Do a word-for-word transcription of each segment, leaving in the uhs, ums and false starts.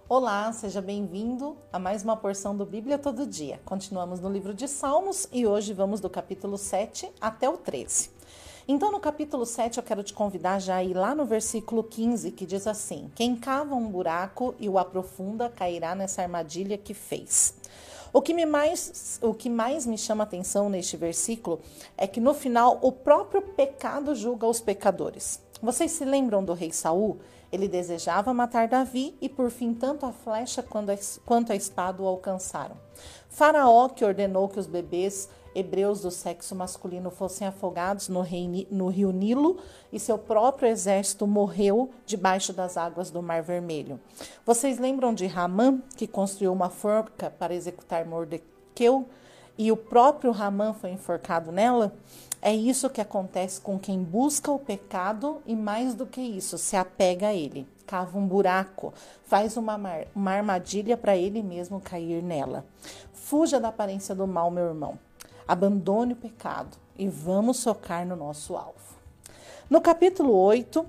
Olá, seja bem-vindo a mais uma porção do Bíblia Todo Dia. Continuamos no livro de Salmos e hoje vamos do capítulo sete até o treze. Então, no capítulo sete, eu quero te convidar já a ir lá no versículo quinze, que diz assim: quem cava um buraco e o aprofunda cairá nessa armadilha que fez. O que, me mais, o que mais me chama a atenção neste versículo é que no final o próprio pecado julga os pecadores. Vocês se lembram do rei Saul? Ele desejava matar Davi e por fim tanto a flecha quanto a espada o alcançaram. Faraó, que ordenou que os bebês hebreus do sexo masculino fossem afogados no, rei, no rio Nilo, e seu próprio exército morreu debaixo das águas do Mar Vermelho. Vocês lembram de Ramã, que construiu uma forca para executar Mordequeu, e o próprio Ramã foi enforcado nela? É isso que acontece com quem busca o pecado e, mais do que isso, se apega a ele. Cava um buraco, faz uma, uma armadilha para ele mesmo cair nela. Fuja da aparência do mal, meu irmão. Abandone o pecado e vamos focar no nosso alvo. No capítulo oito,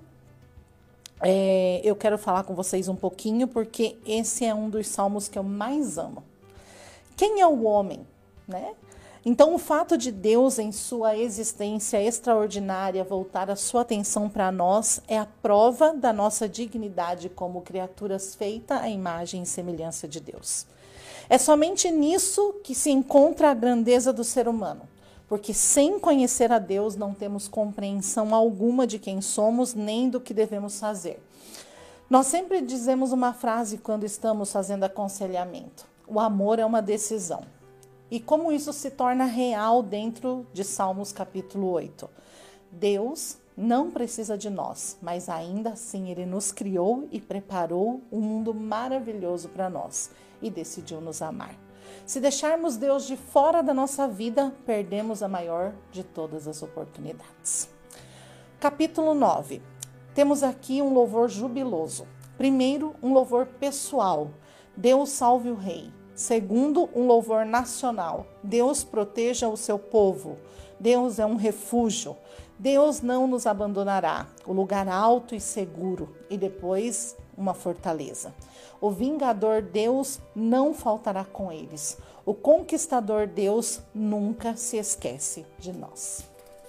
é, eu quero falar com vocês um pouquinho, porque esse é um dos salmos que eu mais amo. Quem é o homem, né? Então, o fato de Deus, em sua existência extraordinária, voltar a sua atenção para nós é a prova da nossa dignidade como criaturas feitas à imagem e semelhança de Deus. É somente nisso que se encontra a grandeza do ser humano, porque sem conhecer a Deus não temos compreensão alguma de quem somos nem do que devemos fazer. Nós sempre dizemos uma frase quando estamos fazendo aconselhamento: o amor é uma decisão. E como isso se torna real dentro de Salmos capítulo oito? Deus não precisa de nós, mas ainda assim Ele nos criou e preparou um mundo maravilhoso para nós e decidiu nos amar. Se deixarmos Deus de fora da nossa vida, perdemos a maior de todas as oportunidades. Capítulo nove. Temos aqui um louvor jubiloso. Primeiro, um louvor pessoal. Deus salve o rei. Segundo, um louvor nacional. Deus proteja o seu povo. Deus é um refúgio. Deus não nos abandonará. O lugar alto e seguro. E depois, uma fortaleza. O vingador Deus não faltará com eles. O conquistador Deus nunca se esquece de nós.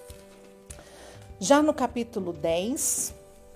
Já no capítulo dez,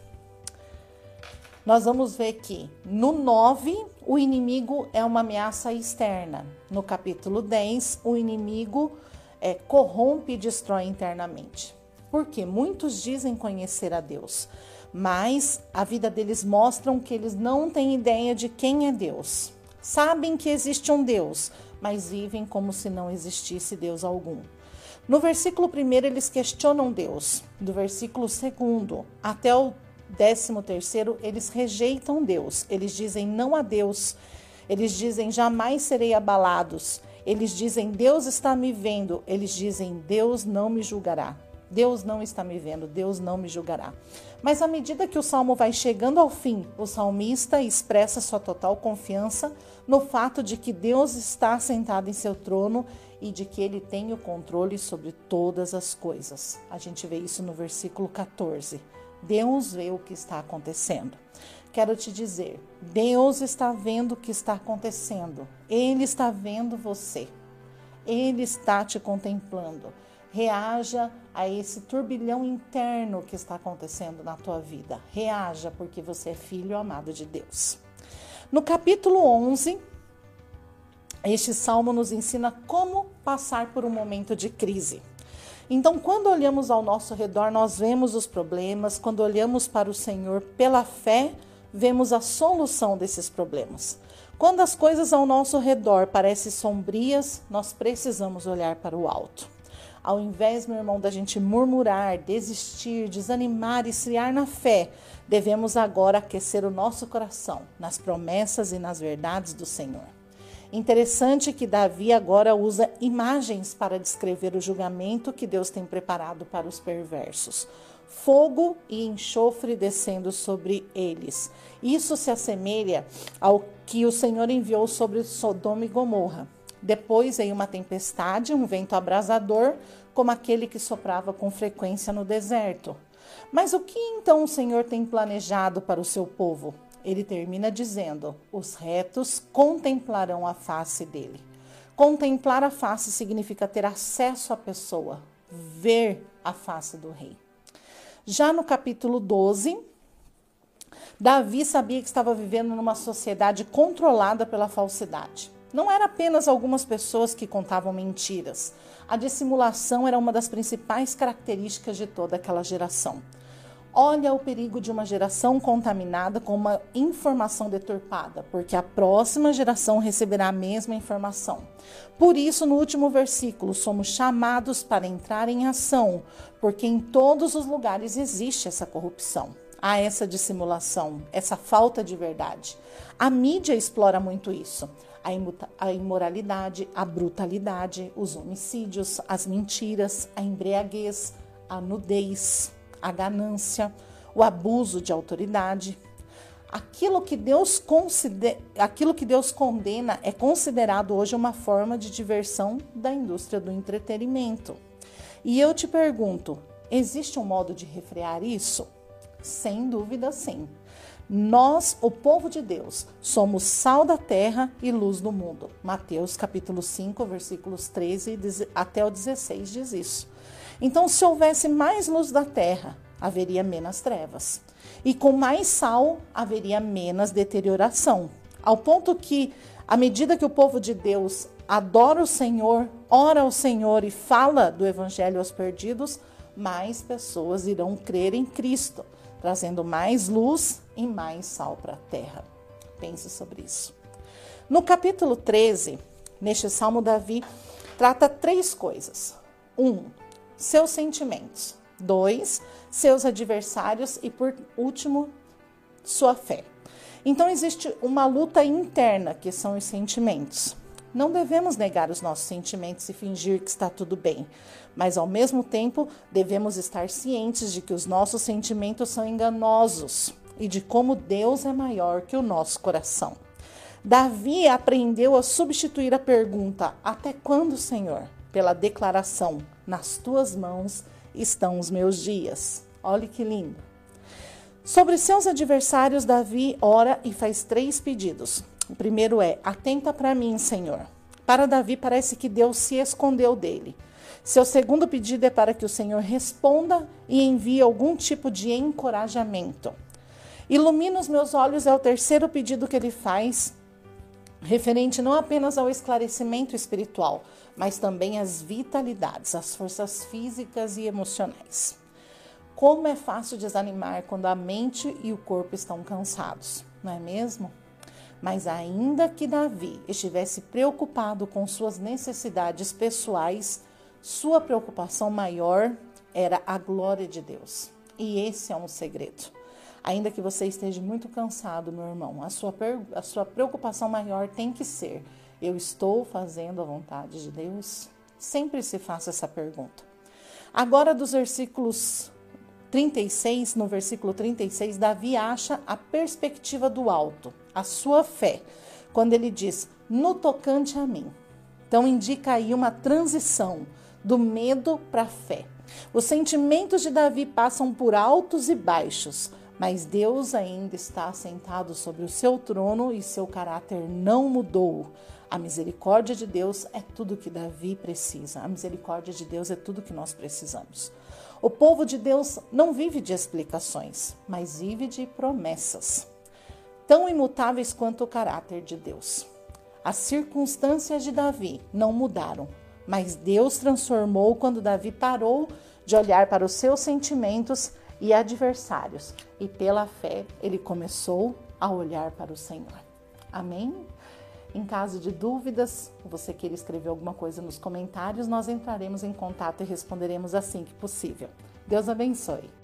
nós vamos ver que no nove, o inimigo é uma ameaça externa. No capítulo dez, o inimigo é, corrompe e destrói internamente. Porque muitos dizem conhecer a Deus, mas a vida deles mostra que eles não têm ideia de quem é Deus. Sabem que existe um Deus, mas vivem como se não existisse Deus algum. No versículo primeiro, eles questionam Deus. Do versículo segundo até o décimo terceiro, eles rejeitam Deus. Eles dizem não a Deus. Eles dizem jamais serei abalados. Eles dizem Deus está me vendo. Eles dizem Deus não me julgará. Deus não está me vendo, Deus não me julgará. Mas à medida que o salmo vai chegando ao fim, o salmista expressa sua total confiança no fato de que Deus está sentado em seu trono e de que ele tem o controle sobre todas as coisas. A gente vê isso no versículo quatorze. Deus vê o que está acontecendo. Quero te dizer, Deus está vendo o que está acontecendo. Ele está vendo você. Ele está te contemplando. Reaja a esse turbilhão interno que está acontecendo na tua vida. Reaja, porque você é filho amado de Deus. No capítulo onze, este salmo nos ensina como passar por um momento de crise. Então, quando olhamos ao nosso redor, nós vemos os problemas. Quando olhamos para o Senhor pela fé, vemos a solução desses problemas. Quando as coisas ao nosso redor parecem sombrias, nós precisamos olhar para o alto. Ao invés, meu irmão, da gente murmurar, desistir, desanimar e esfriar na fé, devemos agora aquecer o nosso coração nas promessas e nas verdades do Senhor. Interessante que Davi agora usa imagens para descrever o julgamento que Deus tem preparado para os perversos. Fogo e enxofre descendo sobre eles. Isso se assemelha ao que o Senhor enviou sobre Sodoma e Gomorra. Depois veio uma tempestade, um vento abrasador, como aquele que soprava com frequência no deserto. Mas o que então o Senhor tem planejado para o seu povo? ele termina dizendo: os retos contemplarão a face dele. Contemplar a face significa ter acesso à pessoa, ver a face do rei. Já no capítulo doze, Davi sabia que estava vivendo numa sociedade controlada pela falsidade. Não era apenas algumas pessoas que contavam mentiras. A dissimulação era uma das principais características de toda aquela geração. Olha o perigo de uma geração contaminada com uma informação deturpada, porque a próxima geração receberá a mesma informação. Por isso, no último versículo, somos chamados para entrar em ação, porque em todos os lugares existe essa corrupção. Há essa dissimulação, essa falta de verdade. A mídia explora muito isso. A imoralidade, a brutalidade, os homicídios, as mentiras, a embriaguez, a nudez, a ganância, o abuso de autoridade. Aquilo que Deus considera, aquilo que Deus condena é considerado hoje uma forma de diversão da indústria do entretenimento. E eu te pergunto, existe um modo de refrear isso? Sem dúvida, sim. Nós, o povo de Deus, somos sal da terra e luz do mundo. Mateus capítulo cinco, versículos treze até o dezesseis diz isso. Então, se houvesse mais luz da terra, haveria menos trevas. E com mais sal, haveria menos deterioração. Ao ponto que, à medida que o povo de Deus adora o Senhor, ora ao Senhor e fala do evangelho aos perdidos, mais pessoas irão crer em Cristo, trazendo mais luz e mais sal para a terra. Pense sobre isso. No capítulo treze, neste Salmo, Davi trata três coisas. Um, seus sentimentos. Dois, seus adversários. E, por último, sua fé. Então, existe uma luta interna, que são os sentimentos. Não devemos negar os nossos sentimentos e fingir que está tudo bem, mas ao mesmo tempo devemos estar cientes de que os nossos sentimentos são enganosos e de como Deus é maior que o nosso coração. Davi aprendeu a substituir a pergunta "Até quando, Senhor?" pela declaração "Nas tuas mãos estão os meus dias". Olha que lindo. Sobre seus adversários, Davi ora e faz três pedidos. O primeiro é: atenta para mim, Senhor. Para Davi, parece que Deus se escondeu dele. Seu segundo pedido é para que o Senhor responda e envie algum tipo de encorajamento. Ilumina os meus olhos é o terceiro pedido que ele faz, referente não apenas ao esclarecimento espiritual, mas também às vitalidades, às forças físicas e emocionais. Como é fácil desanimar quando a mente e o corpo estão cansados, não é mesmo? Mas ainda que Davi estivesse preocupado com suas necessidades pessoais, sua preocupação maior era a glória de Deus. E esse é um segredo. Ainda que você esteja muito cansado, meu irmão, a sua, a sua preocupação maior tem que ser: eu estou fazendo a vontade de Deus? Sempre se faça essa pergunta. Agora, dos versículos trinta e seis, no versículo trinta e seis, Davi acha a perspectiva do alto, a sua fé, quando ele diz: no tocante a mim. Então indica aí uma transição do medo para a fé. Os sentimentos de Davi passam por altos e baixos, mas Deus ainda está assentado sobre o seu trono e seu caráter não mudou. A misericórdia de Deus é tudo que Davi precisa. A misericórdia de Deus é tudo que nós precisamos. O povo de Deus não vive de explicações, mas vive de promessas, tão imutáveis quanto o caráter de Deus. As circunstâncias de Davi não mudaram, mas Deus transformou quando Davi parou de olhar para os seus sentimentos e adversários, e pela fé ele começou a olhar para o Senhor. Amém? Em caso de dúvidas, você queira escrever alguma coisa nos comentários, nós entraremos em contato e responderemos assim que possível. Deus abençoe.